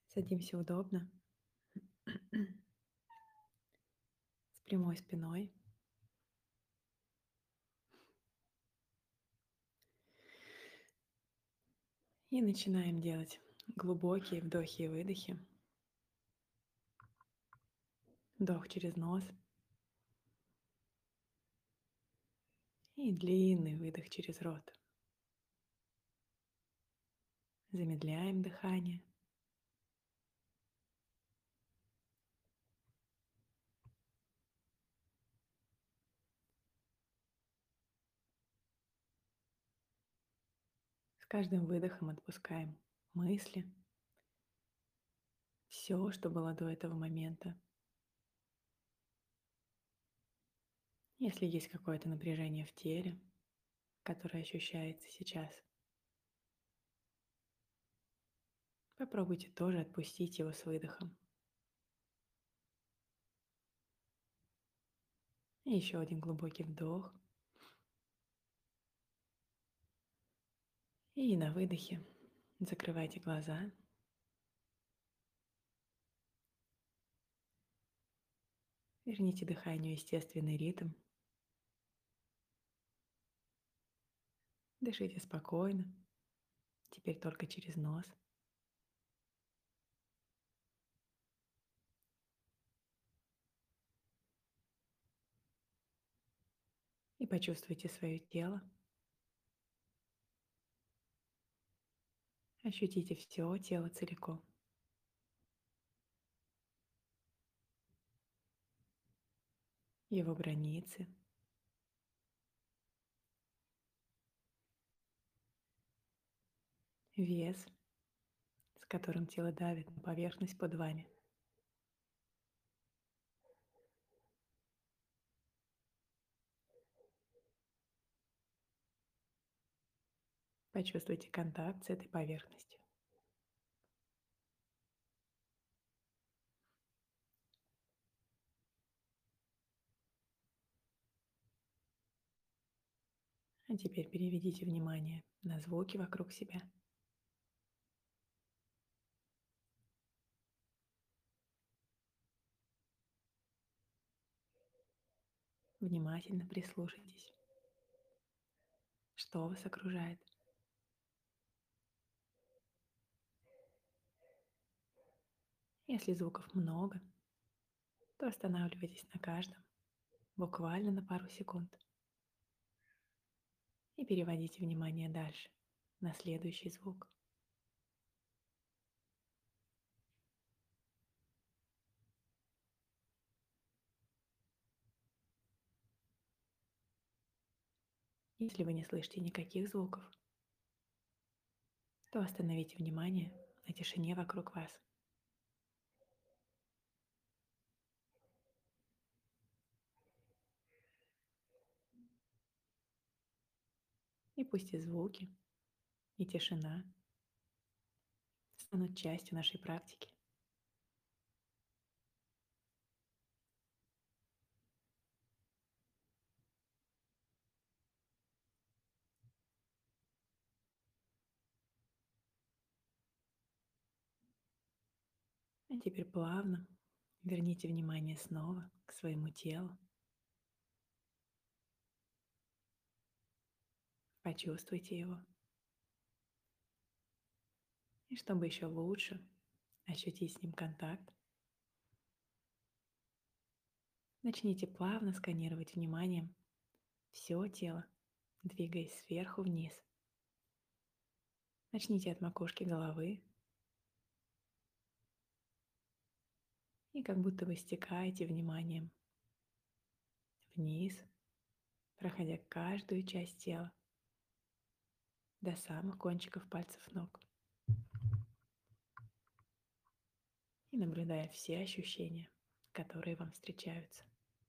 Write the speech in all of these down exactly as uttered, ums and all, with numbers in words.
Садимся удобно, с прямой спиной. И начинаем делать глубокие вдохи и выдохи. Вдох через нос и длинный выдох через рот. Замедляем дыхание. С каждым выдохом отпускаем мысли, все, что было до этого момента. Если есть какое-то напряжение в теле, которое ощущается сейчас, попробуйте тоже отпустить его с выдохом. И еще один глубокий вдох. И на выдохе закрывайте глаза. Верните дыханию естественный ритм. Дышите спокойно, теперь только через нос. И почувствуйте свое тело. Ощутите все тело целиком. Его границы, вес, с которым тело давит на поверхность под вами. Почувствуйте контакт с этой поверхностью. А теперь переведите внимание на звуки вокруг себя. Внимательно прислушайтесь, что вас окружает. Если звуков много, то останавливайтесь на каждом, буквально на пару секунд. И переводите внимание дальше, на следующий звук. Если вы не слышите никаких звуков, то остановите внимание на тишине вокруг вас. И пусть и звуки, и тишина станут частью нашей практики. А теперь плавно верните внимание снова к своему телу. Почувствуйте его. И чтобы еще лучше ощутить с ним контакт, начните плавно сканировать вниманием все тело, двигаясь сверху вниз. Начните от макушки головы и как будто вы стекаете вниманием вниз, проходя каждую часть тела до самых кончиков пальцев ног и наблюдая все ощущения, которые вам встречаются.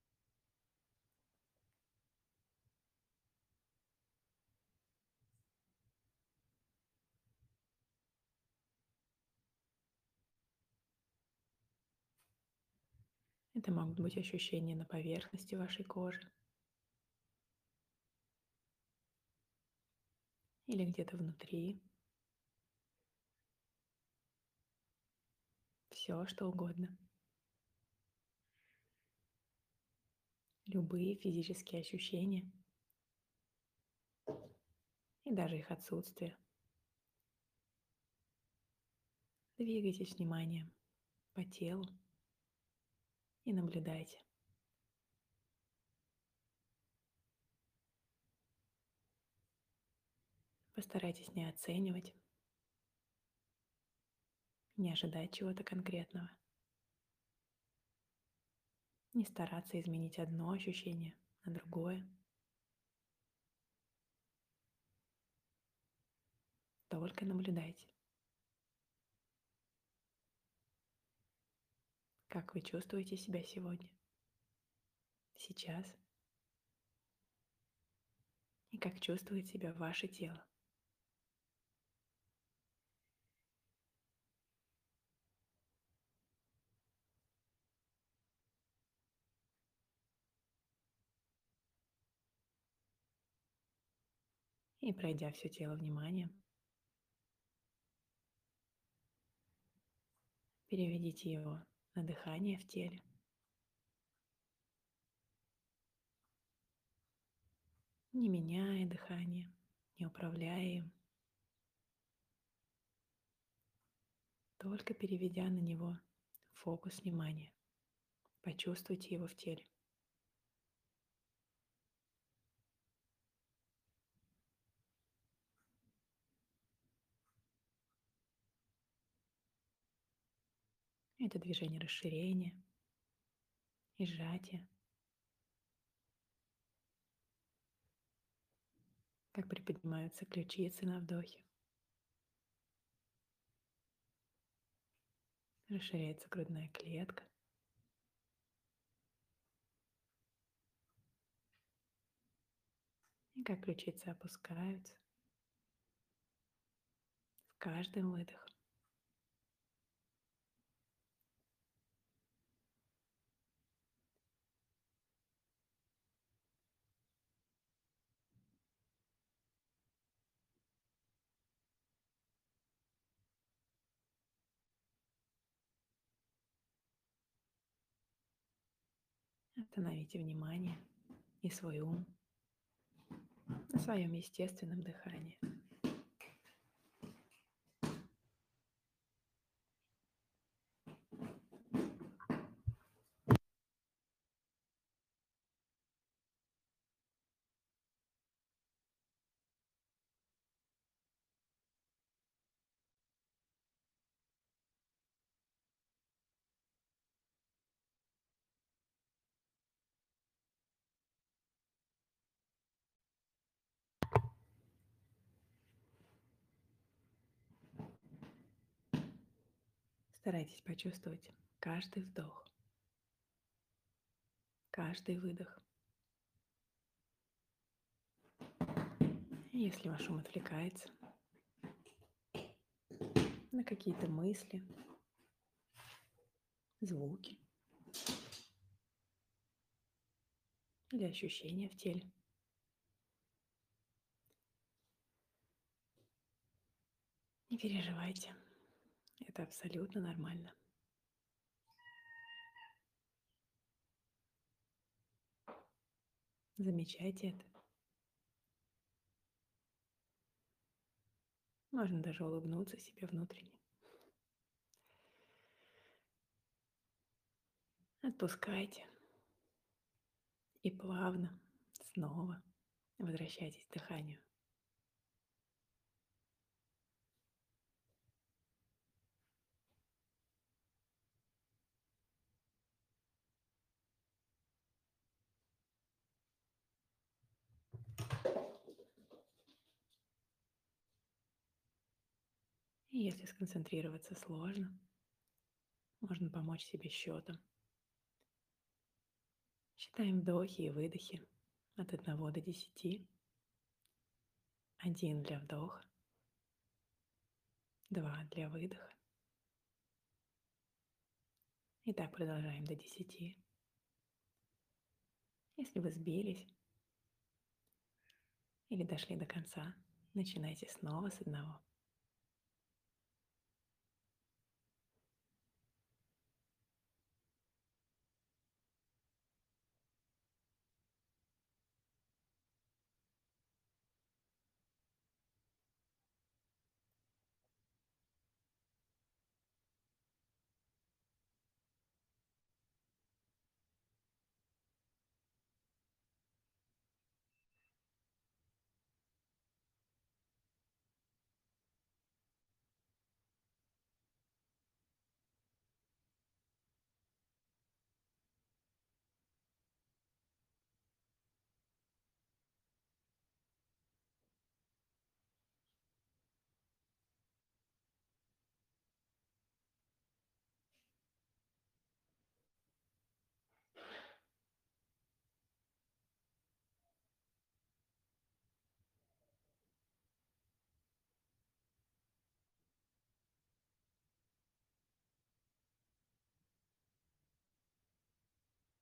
Это могут быть ощущения на поверхности вашей кожи или где-то внутри. все, что угодно. Любые физические ощущения и даже их отсутствие. Двигайтесь вниманием по телу и наблюдайте. Постарайтесь не оценивать, не ожидать чего-то конкретного, не стараться изменить одно ощущение на другое. Только наблюдайте, как вы чувствуете себя сегодня, сейчас, и как чувствует себя ваше тело. И пройдя все тело вниманием, переведите его на дыхание в теле. Не меняя дыхание, не управляя им, только переведя на него фокус внимания. Почувствуйте его в теле. Это движение расширения и сжатия, как приподнимаются ключицы на вдохе, расширяется грудная клетка, и как ключицы опускаются с каждым выдохом. Остановите внимание и свой ум на своем естественном дыхании. Старайтесь почувствовать каждый вдох, каждый выдох. И если ваш ум отвлекается на какие-то мысли, звуки или ощущения в теле, не переживайте, это абсолютно нормально. Замечайте это. Можно даже улыбнуться себе внутренне. Отпускайте и плавно снова возвращайтесь к дыханию. И если сконцентрироваться сложно, можно помочь себе счетом. Считаем вдохи и выдохи от одного до десяти. Один для вдоха, два для выдоха. И так продолжаем до десяти. Если вы сбились или дошли до конца, начинайте снова с одного.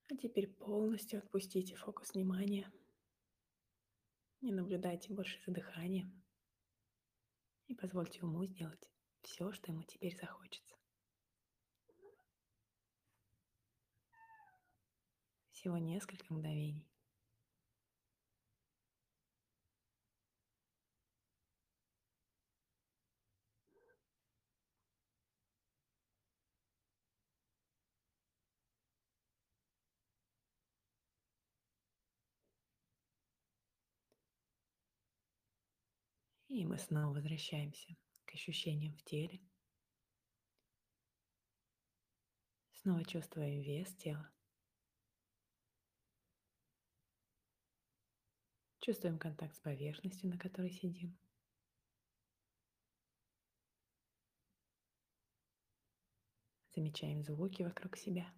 А теперь полностью отпустите фокус внимания. Не наблюдайте больше за дыханием. И позвольте уму сделать все, что ему теперь захочется. Всего несколько мгновений. И мы снова возвращаемся к ощущениям в теле. Снова чувствуем вес тела. Чувствуем контакт с поверхностью, на которой сидим. Замечаем звуки вокруг себя.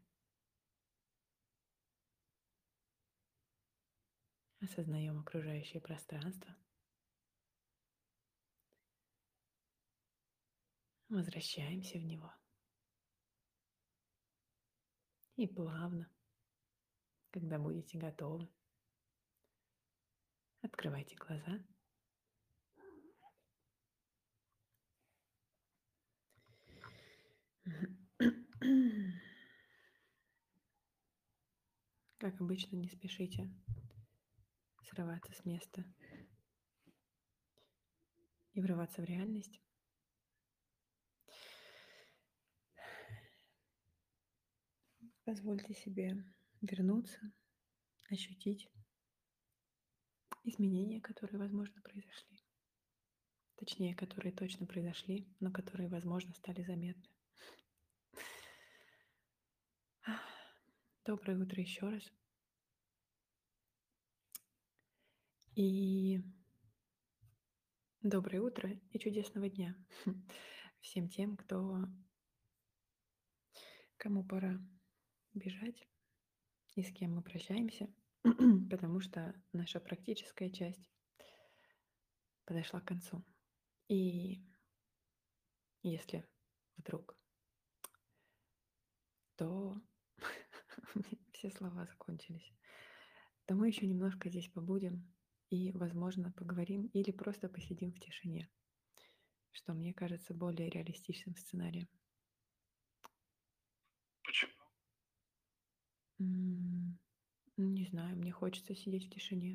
Осознаем окружающее пространство. Возвращаемся в него. И плавно, когда будете готовы, открывайте глаза. Как обычно, не спешите срываться с места и врываться в реальность. Позвольте себе вернуться, ощутить изменения, которые, возможно, произошли. Точнее, которые точно произошли, но которые, возможно, стали заметны. Доброе утро еще раз. И доброе утро и чудесного дня всем тем, кто, кому пора бежать и с кем мы прощаемся, потому что наша практическая часть подошла к концу. И если вдруг, то все слова закончились, то мы еще немножко здесь побудем и, возможно, поговорим или просто посидим в тишине, что мне кажется более реалистичным сценарием. Почему? М, Не знаю, мне хочется сидеть в тишине.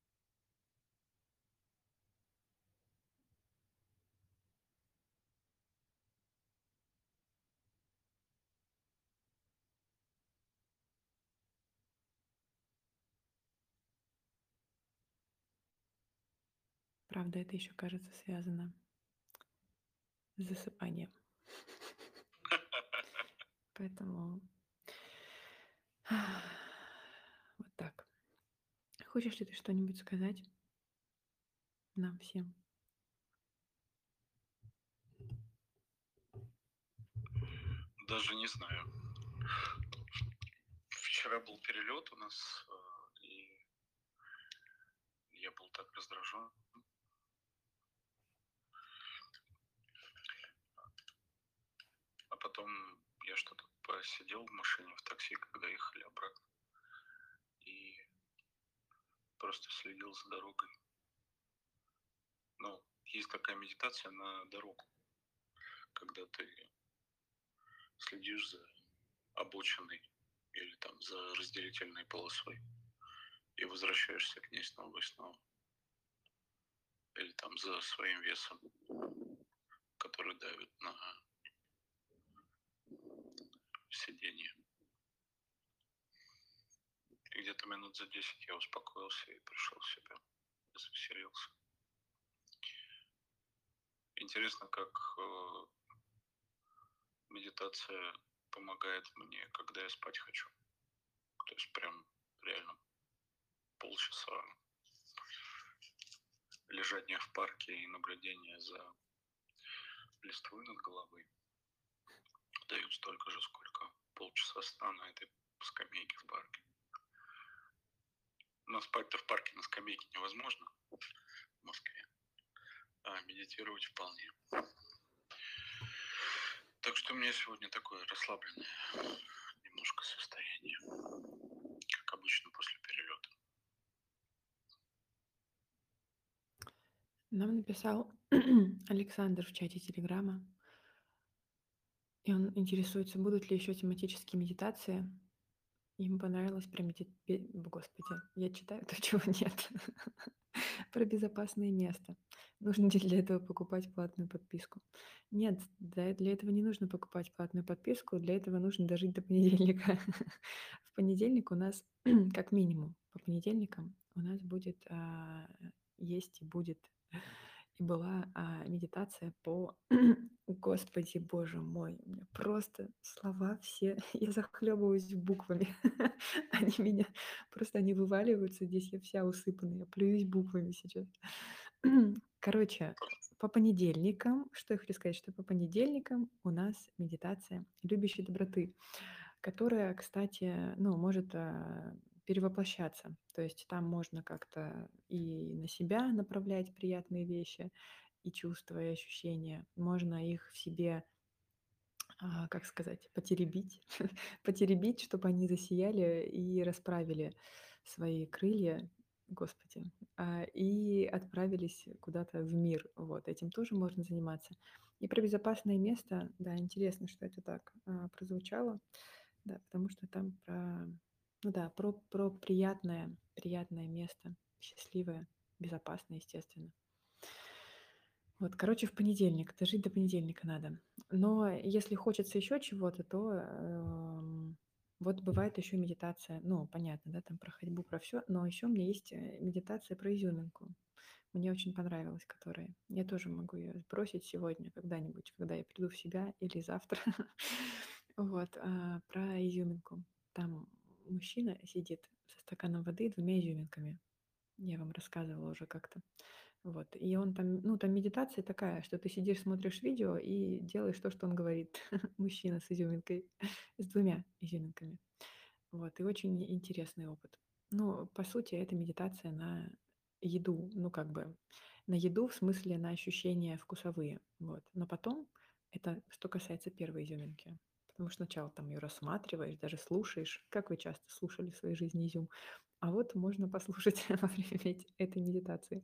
Правда, это еще кажется связано с засыпанием. Поэтому вот так. Хочешь ли ты что-нибудь сказать нам всем? Даже не знаю. Вчера был перелет у нас, и я был так раздражен. А потом я что-то посидел в машине, в такси, когда ехали обратно. И просто следил за дорогой. Ну, есть такая медитация на дорогу, когда ты следишь за обочиной или там за разделительной полосой и возвращаешься к ней снова и снова. Или там за своим весом, который давит на сиденье. И где-то минут за десять я успокоился и пришел в себя, развеселился. Интересно, как э, медитация помогает мне, когда я спать хочу. То есть прям реально полчаса лежания в парке и наблюдения за листвой над головой дают столько же, сколько полчаса сна на этой скамейке в парке. Но спать-то в парке на скамейке невозможно в Москве, а медитировать вполне. Так что у меня сегодня такое расслабленное немножко состояние. Нам написал Александр в чате Телеграма, и он интересуется, будут ли еще тематические медитации. Ему понравилось про меди... бе- Господи, я читаю то, чего нет. Про безопасное место. Нужно ли для этого покупать платную подписку? Нет, для, для этого не нужно покупать платную подписку, для этого нужно дожить до понедельника. В понедельник у нас, как минимум, по понедельникам у нас будет, а, есть и будет, и была а, медитация по... Господи, боже мой, у меня просто слова все, я захлебываюсь буквами. Они меня, просто они вываливаются, здесь я вся усыпанная, я плююсь буквами сейчас. Короче, по понедельникам, что я хочу сказать, что по понедельникам у нас медитация любящей доброты, которая, кстати, ну, может а, перевоплощаться. То есть там можно как-то и на себя направлять приятные вещи, и чувства, и ощущения. Можно их в себе, а, как сказать, потеребить, потеребить, чтобы они засияли и расправили свои крылья, Господи, а, и отправились куда-то в мир. Вот, этим тоже можно заниматься. И про безопасное место, да, интересно, что это так а, прозвучало, да, потому что там про, ну да, про, про приятное, приятное место, счастливое, безопасное, естественно. Вот, короче, в понедельник, дожить до понедельника надо. Но если хочется еще чего-то, то эм, вот бывает еще медитация. Ну, понятно, да, там про ходьбу, про все. Но еще у меня есть э, медитация про изюминку. Мне очень понравилась, которая. Я тоже могу ее сбросить сегодня когда-нибудь, когда я приду в себя или завтра. Вот, а, про изюминку. Там мужчина сидит со стаканом воды и двумя изюминками. Я вам рассказывала уже как-то. Вот. И он там, ну, там медитация такая, что ты сидишь, смотришь видео и делаешь то, что он говорит. Мужчина с изюминкой, с двумя изюминками. Вот. И очень интересный опыт. Ну, по сути, это медитация на еду. Ну, как бы на еду в смысле на ощущения вкусовые. Вот. Но потом, это что касается первой изюминки. Потому что сначала там ее рассматриваешь, даже слушаешь. Как вы часто слушали в своей жизни изюм? А вот можно послушать во время эти- этой медитации.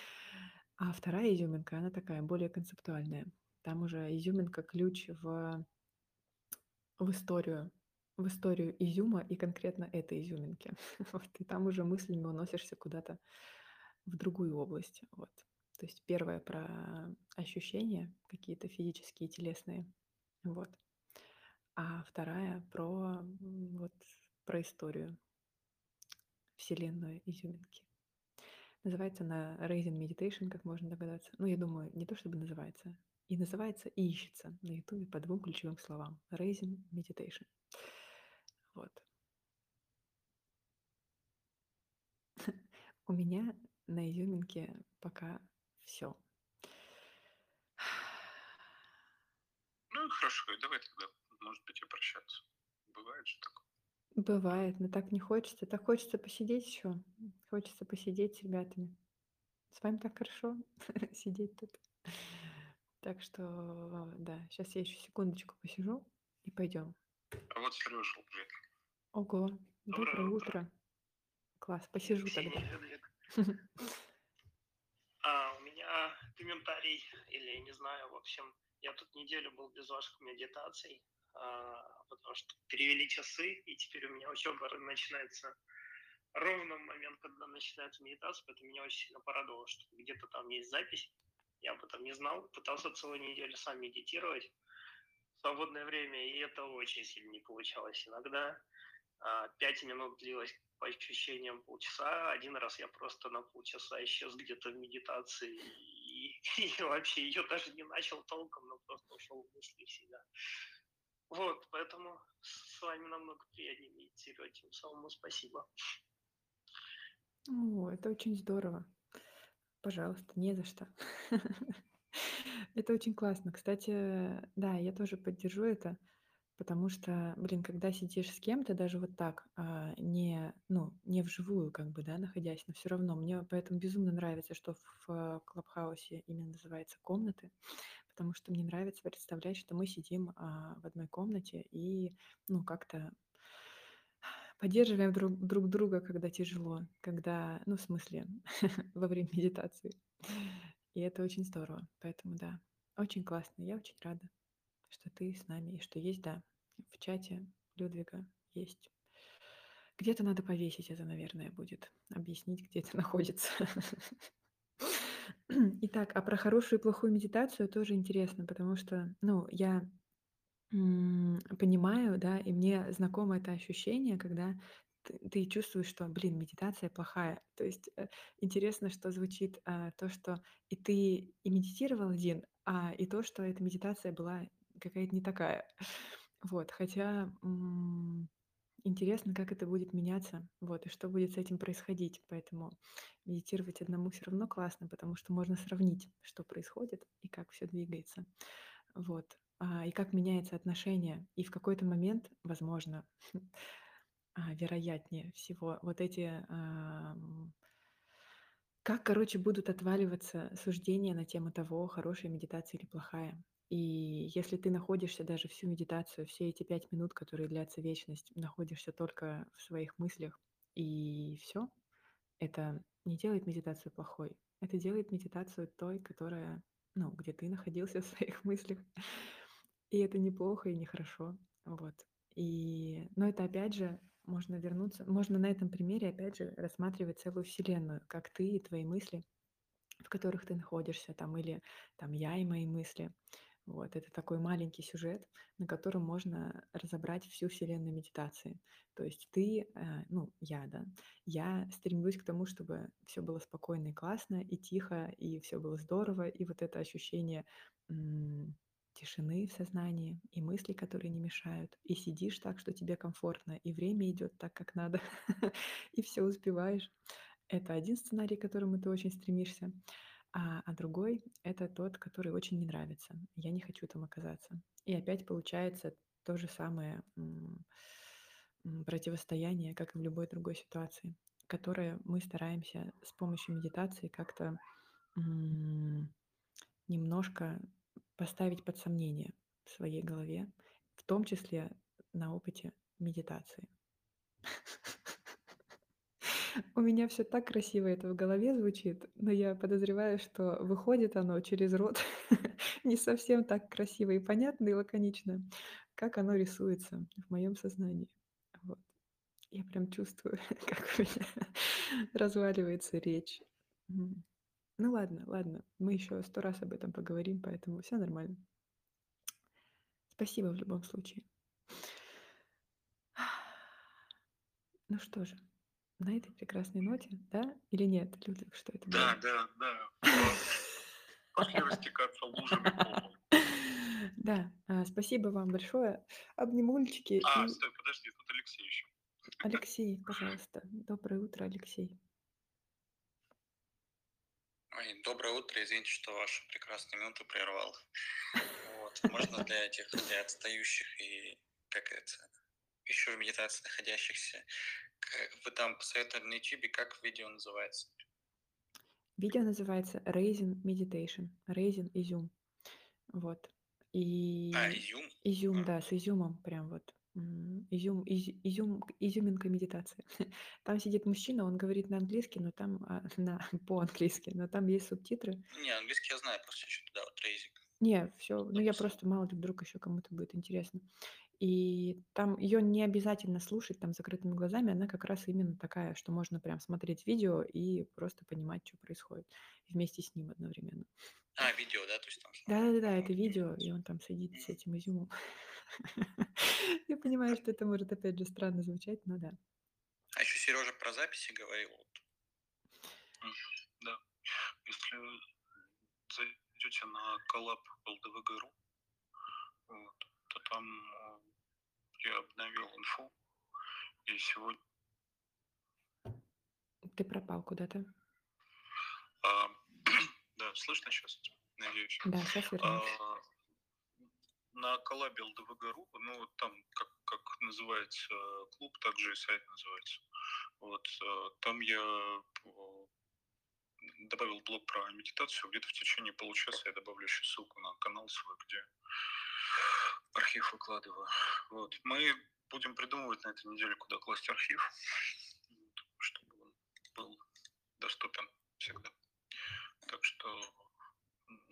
А вторая изюминка, она такая более концептуальная. Там уже изюминка ключ в, в историю, в историю изюма и конкретно этой изюминки. Вот, и там уже мыслями уносишься куда-то в другую область. Вот. То есть первая про ощущения какие-то физические, телесные. Вот. А вторая про, м, вот, про историю, вселенную изюминки. Называется она Raising Meditation, как можно догадаться. Ну, я думаю, не то чтобы называется. И называется, и ищется на Ютубе по двум ключевым словам. Raising Meditation. Вот. У меня на изюминке пока все. Ну и хорошо, и давай тогда, может быть, и прощаться. Бывает же такое. Бывает, но так не хочется. Так хочется посидеть еще. Хочется посидеть с ребятами. С вами так хорошо сидеть тут. Так что, да, сейчас я еще секундочку посижу и пойдем. А вот Сережа уже. Ого, Доброе доброе утро. утро. Класс, Я посижу тогда. Ксения Федорик. А, у меня комментарий, или не знаю, в общем, я тут неделю был без ваших медитаций, а, потому что перевели часы, и теперь у меня учеба начинается ровно в момент, когда начинается медитация, поэтому меня очень сильно порадовало, что где-то там есть запись. Я об этом не знал, пытался целую неделю сам медитировать в свободное время, и это очень сильно не получалось. Иногда а, пять минут длилось по ощущениям полчаса. Один раз я просто на полчаса исчез где-то в медитации и, и вообще ее даже не начал толком, но просто ушел в мысли в себя. Вот, поэтому с вами намного приятнее медитировать. Тем самому спасибо. О, это очень здорово. Пожалуйста, не за что. Это очень классно. Кстати, да, я тоже поддержу это, потому что, блин, когда сидишь с кем-то, даже вот так, а, не, ну, не вживую, как бы, да, находясь, но все равно мне поэтому безумно нравится, что в Клабхаусе именно называется комнаты, потому что мне нравится представлять, что мы сидим а, в одной комнате и, ну, как-то поддерживаем друг, друг друга, когда тяжело, когда, ну, в смысле, во время медитации. И это очень здорово. Поэтому да, очень классно. Я очень рада, что ты с нами и что есть, да, в чате Людвига есть. Где-то надо повесить это, наверное, будет. Объяснить, где это находится. Итак, а про хорошую и плохую медитацию тоже интересно, потому что, ну, я м, понимаю, да, и мне знакомо это ощущение, когда ты, ты чувствуешь, что, блин, медитация плохая. То есть э, интересно, что звучит а, то, что и ты и медитировал один, а и то, что эта медитация была какая-то не такая. Вот, хотя м, интересно, как это будет меняться, вот, и что будет с этим происходить. Поэтому медитировать одному все равно классно, потому что можно сравнить, что происходит и как все двигается. Вот. А, и как меняется отношение. И в какой-то момент, возможно, а, вероятнее всего, вот эти ам, как, короче, будут отваливаться суждения на тему того, хорошая медитация или плохая. И если ты находишься даже всю медитацию, все эти пять минут, которые длятся вечность, находишься только в своих мыслях, и все, это не делает медитацию плохой. Это делает медитацию той, которая, ну, где ты находился в своих мыслях. И это неплохо и нехорошо. Вот. И, но это опять же можно вернуться, можно на этом примере опять же рассматривать целую вселенную, как ты и твои мысли, в которых ты находишься, там, или там я и мои мысли. Вот, это такой маленький сюжет, на котором можно разобрать всю вселенную медитации. То есть ты, э, ну, я, да, я стремлюсь к тому, чтобы все было спокойно и классно, и тихо, и все было здорово, и вот это ощущение м, тишины в сознании, и мысли, которые не мешают, и сидишь так, что тебе комфортно, и время идет так, как надо, и все успеваешь. Это один сценарий, к которому ты очень стремишься, а, а другой — это тот, который очень не нравится. Я не хочу там оказаться. И опять получается то же самое м, м, противостояние, как и в любой другой ситуации, которое мы стараемся с помощью медитации как-то м, немножко поставить под сомнение в своей голове, в том числе на опыте медитации. У меня все так красиво это в голове звучит, но я подозреваю, что выходит оно через рот не совсем так красиво и понятно, и лаконично, как оно рисуется в моем сознании. Вот. Я прям чувствую, как у меня разваливается речь. Мгм. Ну ладно, ладно, мы еще сто раз об этом поговорим, поэтому все нормально. Спасибо в любом случае. Ну что же, на этой прекрасной ноте, да, или нет, Людвиг, что это было? Да, да, да. Пора пошли растекаться лужами по полу. Да, а, спасибо вам большое. Обнимульчики А, и стой, подожди, тут Алексей еще. Алексей, пожалуйста. Доброе утро, Алексей. Ой, доброе утро, извините, что ваши прекрасные минуты прервал. Вот, можно для этих, для отстающих и, как это, еще в медитации находящихся, к- вы там посоветовали на ютубе, как видео называется? Видео называется Raisin Meditation. Raisin изюм. Вот. А, И изюм? изюм, А, да, с изюмом прям вот. М, Изюм, из- изюм, изюминка медитации. Там сидит мужчина, он говорит на английский, но там а, на, по-английски, но там есть субтитры. не, английский я знаю, просто что-то, да, вот рейзик, Не, все, ну я допустим. просто мало ли вдруг еще кому-то будет интересно. И там ее не обязательно слушать там закрытыми глазами, она как раз именно такая, что можно прям смотреть видео и просто понимать, что происходит вместе с ним одновременно. А, видео, да, то есть там смотрю. Да-да-да, Ага, это видео, и он там сидит с мгм. этим изюмом. Я понимаю, что это может опять же странно звучать, но да. А еще Сережа про записи говорил. Вот. Мгм, да. Если зайдете на коллаб ЛДВГ.ру, вот, то там э, я обновил инфу, и сегодня Ты пропал куда-то. а, да, слышно сейчас, надеюсь. Да, сейчас вернулся. А, на коллабе ЛДВГ.ру, ну, вот там, как, как называется клуб, также и сайт называется. Вот, э, там я э, добавил блог про медитацию. Где-то в течение получаса я добавлю еще ссылку на канал свой, где архив выкладываю. Вот. Мы будем придумывать на этой неделе, куда класть архив, чтобы он был доступен всегда. Так что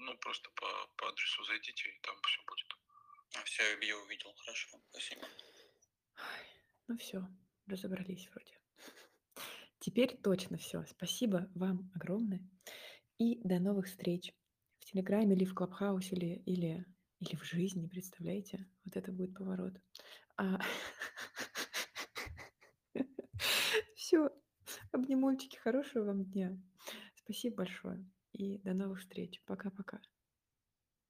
Ну, просто по, по адресу зайдите, и там все будет. А все, я увидел, хорошо, спасибо. Ай, ну все, разобрались вроде. Теперь точно все. Спасибо вам огромное. И до новых встреч в Телеграме или в Клабхаусе, или, или, или в жизни, представляете? Вот это будет поворот. А... Все. Обнимульчики. Хорошего вам дня. Спасибо большое. И до новых встреч. Пока-пока.